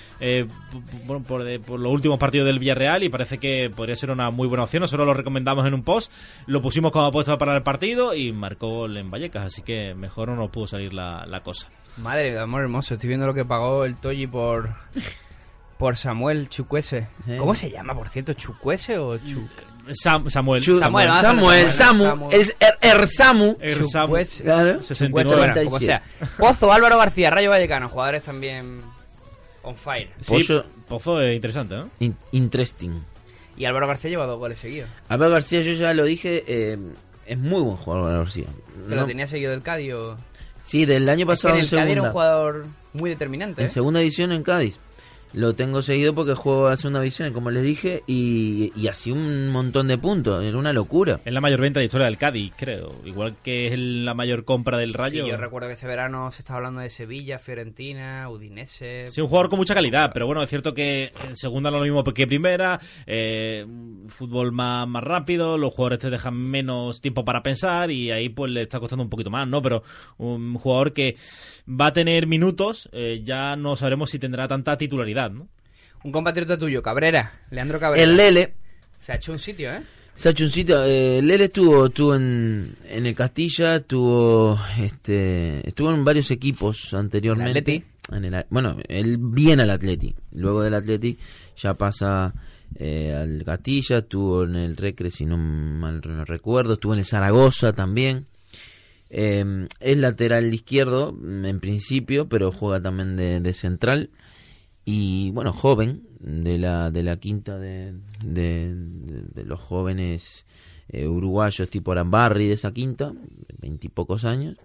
los últimos partidos del Villarreal, y parece que podría ser una muy buena opción. Nosotros lo recomendamos en un post, lo pusimos como apuesta para el partido y marcó gol en Vallecas, así que mejor no nos pudo salir la cosa. Madre de amor hermoso, estoy viendo lo que pagó el Toyi por Samuel Chukwueze. ¿Cómo se llama, por cierto? ¿Chukwueze o Samuel. Samu. Es Samu. Chukwueze. Claro. 69. Bueno, como sea. Pozo, Álvaro García, Rayo Vallecano, jugadores también on fire. Sí, Pozo es interesante, ¿no? Interesting. Y Álvaro García lleva 2 goles seguidos. Álvaro García, yo ya lo dije, es muy buen jugador Álvaro García. ¿Que lo tenía seguido del Cádiz o...? Sí, del año pasado es que en el Cádiz segunda. era un jugador muy determinante. En segunda división en Cádiz. Lo tengo seguido porque juego a segunda división, como les dije, y hacía un montón de puntos. Era una locura. Es la mayor venta de historia del Cádiz, creo. Igual que es la mayor compra del Rayo. Sí, yo recuerdo que ese verano se estaba hablando de Sevilla, Fiorentina, Udinese... Sí, un jugador con mucha calidad, pero bueno, es cierto que en segunda no es lo mismo que primera, fútbol más rápido, los jugadores te dejan menos tiempo para pensar y ahí pues le está costando un poquito más, ¿no? Pero un jugador que va a tener minutos, ya no sabremos si tendrá tanta titularidad, ¿no? Un compatriota tuyo, Cabrera, Leandro Cabrera. El Lele. Se ha hecho un sitio, ¿eh? Se ha hecho un sitio. Lele estuvo en el Castilla, estuvo en varios equipos anteriormente. ¿El Atleti? Bueno, él viene al Atleti. Luego del Atleti ya pasa al Castilla, estuvo en el Recre, si no mal no recuerdo, estuvo en el Zaragoza también. Es lateral izquierdo en principio, pero juega también de central. Y bueno, joven, de la quinta de los jóvenes uruguayos tipo Arambarri, de esa quinta, 20 y pocos años.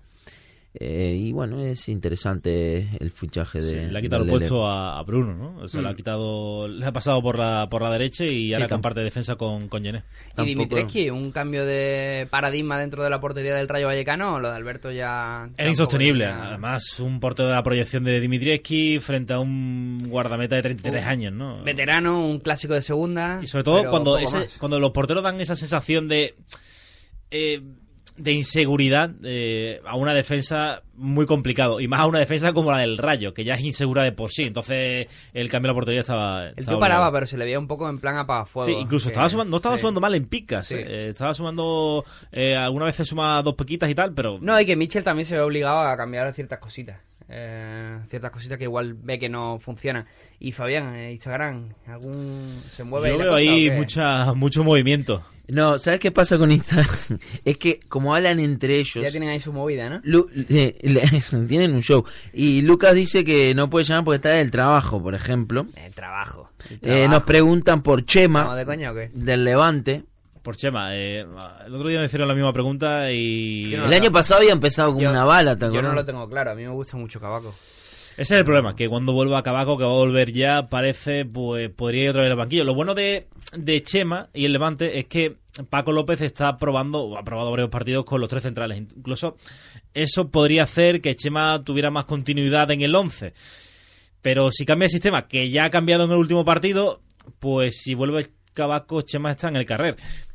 Y bueno, es interesante el fichaje de... Sí, le ha quitado el puesto a Bruno, ¿no? O sea, le ha pasado por la derecha y ahora comparte defensa con Gené. Y Dimitrescu, un cambio de paradigma dentro de la portería del Rayo Vallecano, lo de Alberto ya... Era insostenible, además un portero de la proyección de Dimitrescu frente a un guardameta de 33 años, ¿no? Veterano, un clásico de segunda... Y sobre todo cuando los porteros dan esa sensación de... de inseguridad a una defensa muy complicado, y más a una defensa como la del Rayo, que ya es insegura de por sí. Entonces el cambio de la portería estaba El tío paraba, pero se le veía un poco en plan apagafuego. Sí, incluso que, no estaba sumando mal en picas. Sí. Estaba sumando, algunas veces suma 2 pequitas y tal, pero... No, y que Mitchell también se ve obligado a cambiar ciertas cositas. Ciertas cositas que igual ve que no funcionan. Y Fabián, Instagram, ¿se mueve? Yo veo ahí mucho movimiento. No, ¿sabes qué pasa con Instagram? Es que como hablan entre ellos... Ya tienen ahí su movida, ¿no? Tienen un show. Y Lucas dice que no puede llamar porque está del trabajo, por ejemplo. El trabajo. Nos preguntan por Chema, ¿Estamos de coña o qué? del Levante. Por Chema, el otro día me hicieron la misma pregunta y... El año pasado había empezado con una bala, ¿te acuerdas? Yo no lo tengo claro, a mí me gusta mucho Cabaco. Ese es el problema, que cuando vuelva a Cabaco, que va a volver ya, parece, pues podría ir otra vez al banquillo. Lo bueno de Chema y el Levante es que Paco López ha probado varios partidos con los 3 centrales. Incluso eso podría hacer que Chema tuviera más continuidad en el 11. Pero si cambia el sistema, que ya ha cambiado en el último partido, pues si vuelve Cabaco, Chema está en el carrer.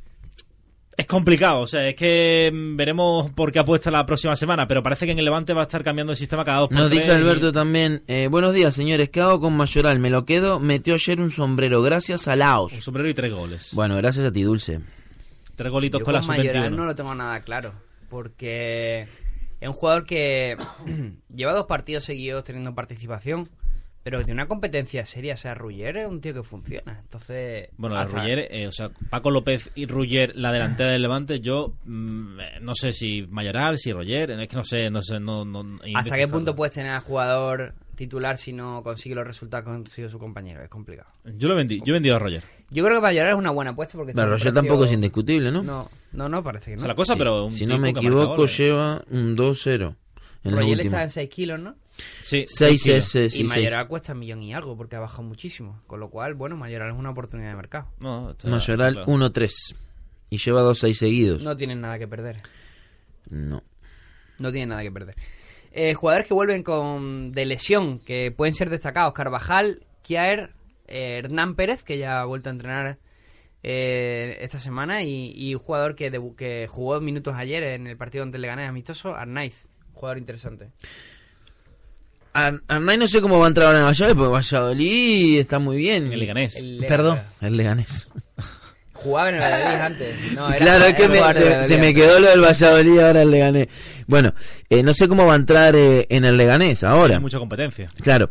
Es complicado, o sea, es que veremos por qué apuesta la próxima semana, pero parece que en el Levante va a estar cambiando el sistema cada 2 por 3. Nos dice Alberto también, buenos días señores, ¿qué hago con Mayoral? Me lo quedo, metió ayer un sombrero, gracias a Laos. Un sombrero y 3 goles. Bueno, gracias a ti, Dulce. 3 golitos Yo con la con Mayoral sub-21. no lo tengo nada claro, porque es un jugador que lleva 2 partidos seguidos teniendo participación, pero de una competencia seria. O sea, Rugger es un tío que funciona. Entonces, bueno, Rugger, Paco López y Rugger, la delantera del Levante, yo no sé si Mayoral, si Rugger, es que no sé. ¿Hasta qué punto puedes tener al jugador titular si no consigue los resultados que ha conseguido su compañero? Es complicado. Yo he vendido a Rugger. Yo creo que Mayoral es una buena apuesta porque... Pero Rugger tampoco es indiscutible, ¿no? No, parece que no. O sea, la cosa, Sí, pero... si no me equivoco, lleva un 2-0 en la Rugger última. está en 6 kilos, ¿no? Sí, 6 Y 6. Mayoral cuesta 1 millón y algo porque ha bajado muchísimo. Con lo cual, bueno, Mayoral es una oportunidad de mercado. No, Mayoral claro. 1-3. Y lleva 2-6 seguidos. No tienen nada que perder. No. No tienen nada que perder. Jugadores que vuelven de lesión, que pueden ser destacados: Carvajal, Kjaer, Hernán Pérez, que ya ha vuelto a entrenar esta semana, y un jugador que jugó minutos ayer en el partido ante el Leganés amistoso, Arnaiz, jugador interesante. Arnaiz no sé cómo va a entrar ahora en Valladolid, porque Valladolid está muy bien. En el Leganés. Perdón, el Leganés. Jugaba en el Valladolid antes. No, Claro, es que se me quedó lo del Valladolid, ahora el Leganés. Bueno, no sé cómo va a entrar en el Leganés ahora. Hay mucha competencia. Claro,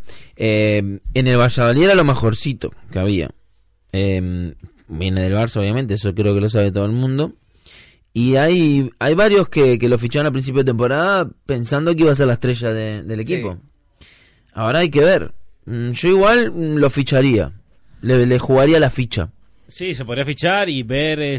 en el Valladolid era lo mejorcito que había. Viene del Barça, obviamente, eso creo que lo sabe todo el mundo. Y hay varios que lo ficharon al principio de temporada pensando que iba a ser la estrella del equipo. Sí. Ahora hay que ver. Yo igual lo ficharía. Le jugaría la ficha. Sí, se podría fichar y ver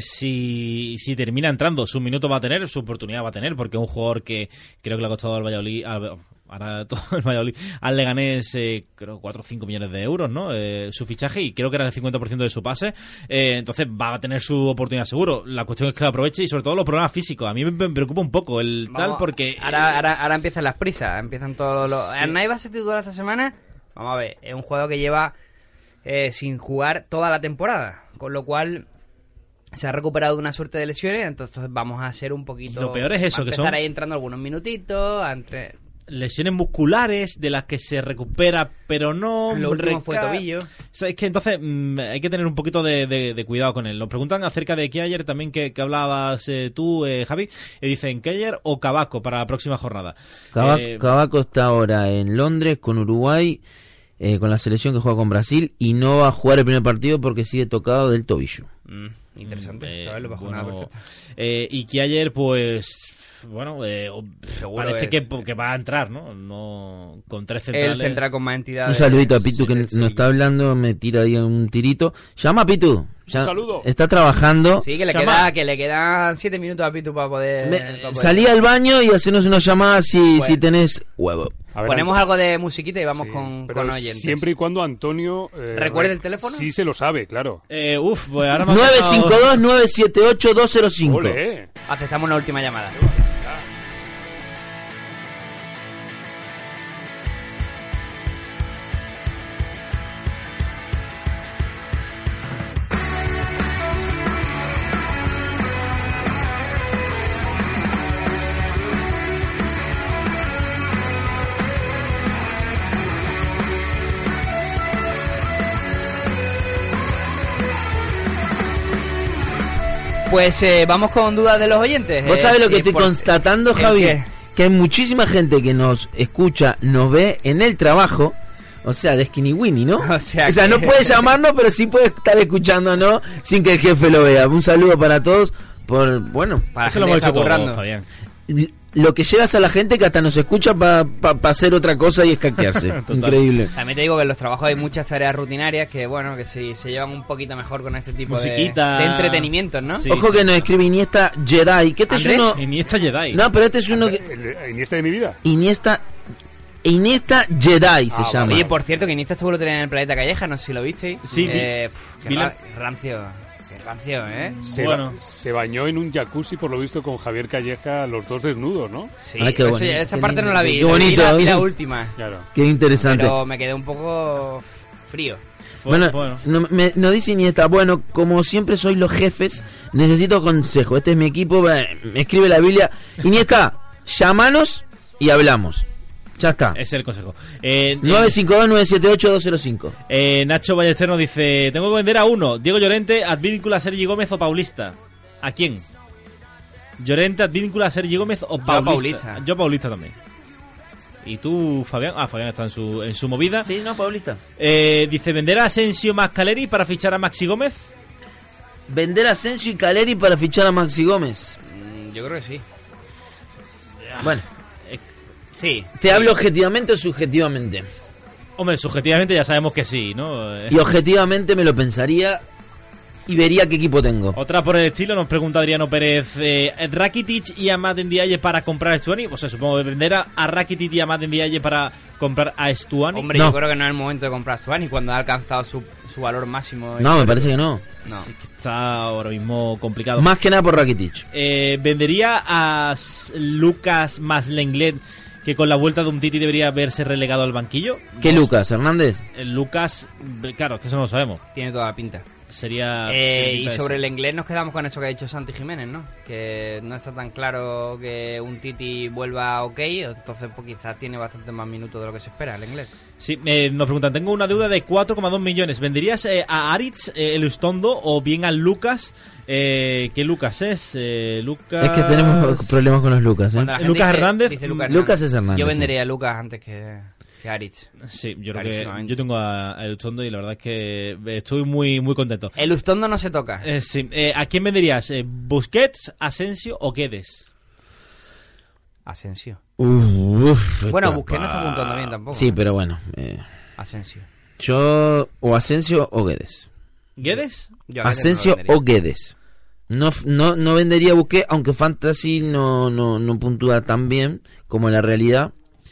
si termina entrando. Su minuto va a tener, su oportunidad va a tener, porque es un jugador que creo que le ha costado al Valladolid, ahora todo el Valladolid, al Leganés, creo 4 o 5 millones de euros, ¿no? Su fichaje, y creo que era el 50% de su pase. Entonces va a tener su oportunidad seguro. La cuestión es que lo aproveche, y sobre todo los problemas físicos. A mí me preocupa un poco porque... Ahora empiezan las prisas, empiezan todos los... Sí. ¿Arnaiz va a ser titular esta semana? Vamos a ver, es un jugador que lleva sin jugar toda la temporada, con lo cual se ha recuperado de una suerte de lesiones, entonces vamos a hacer un poquito... Lo peor es eso, que son... estar ahí entrando algunos minutitos, lesiones musculares de las que se recupera, pero no... Lo último fue tobillo. O sea, es que entonces hay que tener un poquito de cuidado con él. Nos preguntan acerca de Kjaer también, que hablabas tú, Javi, y dicen Kjaer o Cabaco para la próxima jornada. Cabaco está ahora en Londres con Uruguay, con la selección que juega con Brasil, y no va a jugar el primer partido porque sigue tocado del tobillo. Interesante saberlo, bajo bueno, nada perfecta. Y Kjaer, pues... Bueno, parece que va a entrar, ¿no? Con 3 centrales. El central con más entidades. Un saludito a Pitu, que nos está hablando, me tira ahí un tirito. Llama a Pitu. Un saludo. Está trabajando. Sí, que le quedan 7 minutos a Pitu para poder... Salí al baño y hacernos una llamada si tenés huevo. Ver, ponemos algo de musiquita y vamos con oyentes. Siempre y cuando Antonio... ¿recuerda el teléfono? Sí, se lo sabe, claro. Pues ahora 952-978-205. ¡Ole! Aceptamos una última llamada. pues vamos con dudas de los oyentes. ¿Vos sabés lo que estoy por- constatando, ¿El Javi? qué? Que hay muchísima gente que nos escucha, nos ve en el trabajo, o sea, de Skinny Winnie, ¿no? O sea no que- puede llamarnos, pero sí puede estar escuchándonos sin que el jefe lo vea. Un saludo para todos, Para Eso la lo gente hemos que hecho está todo, currando. Fabián. lo que llegas a la gente que hasta nos escucha para hacer otra cosa y escaquearse. Total. Increíble. También te digo que en los trabajos hay muchas tareas rutinarias que, bueno, que sí, se llevan un poquito mejor con este tipo Musiquita. de entretenimientos, ¿no? Sí. Ojo que nos escribe Iniesta Jedi, que este es ¿Andrés? uno... Iniesta Jedi. No, pero este es uno que... El Iniesta de mi vida. Iniesta Jedi se llama. Oye, por cierto, que Iniesta estuvo el otro día en el Planeta Calleja, no sé si lo visteis. Sí, qué vi la- rancio, ¿eh? Se bañó en un jacuzzi, por lo visto, con Javier Calleja, los dos desnudos, ¿no? Sí, Ay, qué eso bonito, ya- esa qué parte lindo, no la vi. qué bonito, Vi la ¿eh? última. Claro. Qué interesante. Pero me quedé un poco frío. Bueno, nos dice Iniesta, bueno, como siempre sois los jefes, necesito consejo. Este es mi equipo, me escribe la Biblia. Iniesta, llamanos y hablamos. Ya está. Ese es el consejo. 952-978-205. Nacho Ballester nos dice: tengo que vender a uno. Diego Llorente, Advíncula, Sergi Gómez o Paulista. ¿A quién? Llorente, Advíncula, Sergi Gómez o Paulista. Paulista. Yo Paulista también. ¿Y tú, Fabián? Ah, Fabián está en su movida. Sí, no, Paulista. Dice: ¿vender a Asensio más Caleri para fichar a Maxi Gómez? Vender a Asensio y Caleri para fichar a Maxi Gómez. Yo creo que sí. Bueno, Sí. ¿te hablo objetivamente o subjetivamente? Hombre, subjetivamente ya sabemos que sí, ¿no? Y objetivamente me lo pensaría y vería qué equipo tengo. Otra por el estilo, nos pregunta Adriano Pérez: ¿Rakitic y Amad Ndiaye para comprar a Estuani? O sea, supongo que vender a Rakitic y Amad Ndiaye para comprar a Estuani. Hombre, No. yo creo que no es el momento de comprar Stuani cuando ha alcanzado su valor máximo. No, me parece que no. No. Sí, que está ahora mismo complicado. Más que nada por Rakitic. ¿Vendería a Lucas más Lenglet, que con la vuelta de un Titi debería haberse relegado al banquillo? ¿Qué No, Lucas? ¿Hernández? Lucas, claro, que eso no lo sabemos. Tiene toda la pinta. Sería... Y pinta sobre eso. el inglés nos quedamos con eso que ha dicho Santi Jiménez, ¿no? Que no está tan claro que un Titi vuelva ok, entonces pues quizás tiene bastante más minutos de lo que se espera el inglés. Sí, nos preguntan: tengo una deuda de 4,2 millones. ¿Venderías a Aritz, el Ustondo, o bien a Lucas? ¿Qué Lucas es? Lucas... Es que tenemos problemas con los Lucas, ¿eh? Cuando la gente Lucas dice- Hernández. dice Lucas Lucas es Hernández, Yo sí. vendería a Lucas antes que Aritz. Sí, yo creo que Clarísimamente. yo tengo a el Ustondo y la verdad es que estoy muy muy contento. El Ustondo no se toca. Sí. ¿A quién venderías? ¿Busquets, Asensio o Guedes? Asensio. Bueno, Bueno, Busquets no está puntuando bien tampoco. Sí, pero bueno. Asensio. Yo, o Asensio o Guedes. ¿Guedes? Yo a Guedes Asensio no lo vendería. o Guedes. No vendería a Busquets, aunque Fantasy no puntúa tan bien como en la realidad.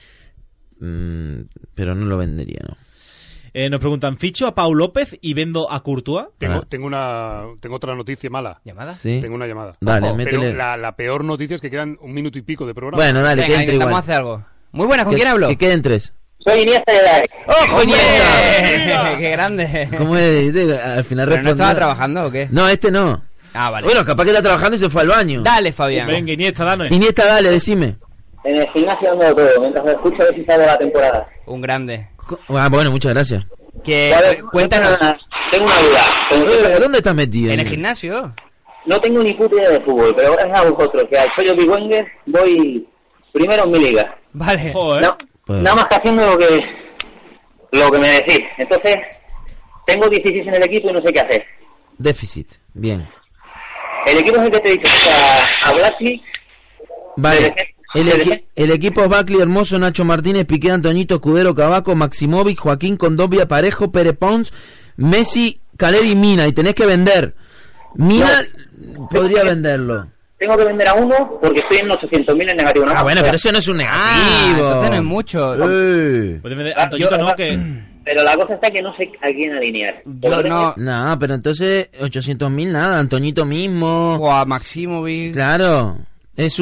Pero no lo vendería, ¿no? Nos preguntan: ¿ficho a Pau López y vendo a Courtois? Tengo otra noticia mala. ¿Llamada? Sí. Tengo una llamada. Dale, Ojo, pero métele. la peor noticia es que quedan 1 minuto y pico de programa. Bueno, dale, que Venga, entre intentamos igual. hacer algo. Muy buenas, ¿con Que- quién hablo? Que queden 3. Soy Iniesta de ¡Ojo, Iniesta! ¡Qué grande! ¿Cómo es? Al final ¿Pero no estaba respondió. trabajando o qué? No, este no. Ah, vale. Bueno, capaz que está trabajando y se fue al baño. Dale, Fabián. Venga, Iniesta, danos. Iniesta, dale, decime. En el gimnasio ando todo, mientras me escucho a ver si sale la temporada. Un grande. Ah, bueno, muchas gracias. Que Vale, cuéntanos. Tengo una duda. ¿Dónde estás metido? ¿En el gimnasio? No tengo ni puta idea de fútbol, pero gracias a vosotros, que al Soy Big Wenger voy primero en mi liga. Vale. Joder. No, Pues- nada más que haciendo lo que me decís. Entonces, tengo 16 en el equipo y no sé qué hacer. Déficit. Bien. El equipo es el que te dice, a Blasi, Vale. El equipo es Bacli, Hermoso, Nacho Martínez, Piqué, Antoñito, Escudero, Cavaco, Maximovic, Joaquín, Condovia, Parejo, Pérez Pons, Messi, Caleri y Mina. Y tenés que vender. Mina podría venderlo. tengo que vender a uno porque estoy en 800.000 en negativo. ¿no? Ah, bueno, O sea, pero eso no es un negativo. Ah, entonces no es mucho. Puedes vender a Antoñito, ¿no? Que... Pero la cosa está que no sé a quién alinear. Yo no. No, pero entonces 800.000 nada, Antoñito mismo. O a Maximovic. Claro. Es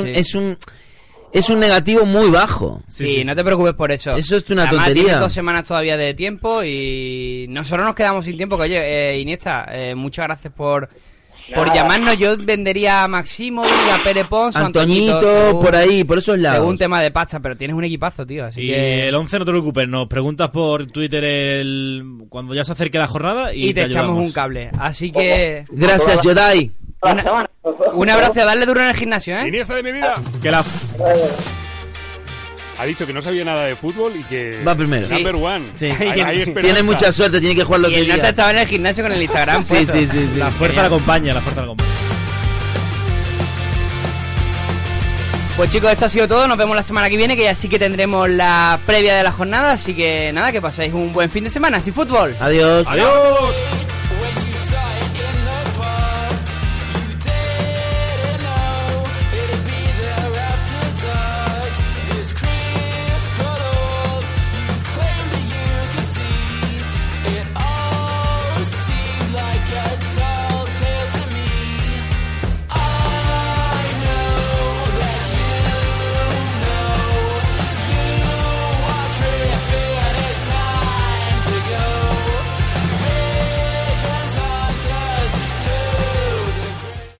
un negativo muy bajo. Sí, no te preocupes por eso. Eso es una Además, tontería. tienes 2 semanas todavía de tiempo y nosotros nos quedamos sin tiempo. Que oye, Iniesta, muchas gracias por llamarnos. Yo vendería a Maximovic, a Pérez Pons, a Antoñito, según- por ahí, por esos lados. Según tema de pasta, pero tienes un equipazo, tío. Así Y que. el 11 no te preocupes, nos preguntas por Twitter cuando ya se acerque la jornada y Y te echamos ayudamos. un cable. Así que. Gracias, Jedi. Un abrazo, a darle duro en el gimnasio, ¿eh? Iniesta de mi vida. Que la... Ha dicho que no sabía nada de fútbol y que... Va primero. Number one. Sí. Hay esperanza. Tiene mucha suerte, tiene que jugar lo Y que el Nata diga. estaba en el gimnasio con el Instagram. Sí, puesto. sí, sí, sí. La fuerza la acompaña, la fuerza la acompaña. Pues chicos, esto ha sido todo. Nos vemos la semana que viene, que ya sí que tendremos la previa de la jornada. Así que nada, que paséis un buen fin de semana. Sin fútbol. Adiós. Adiós.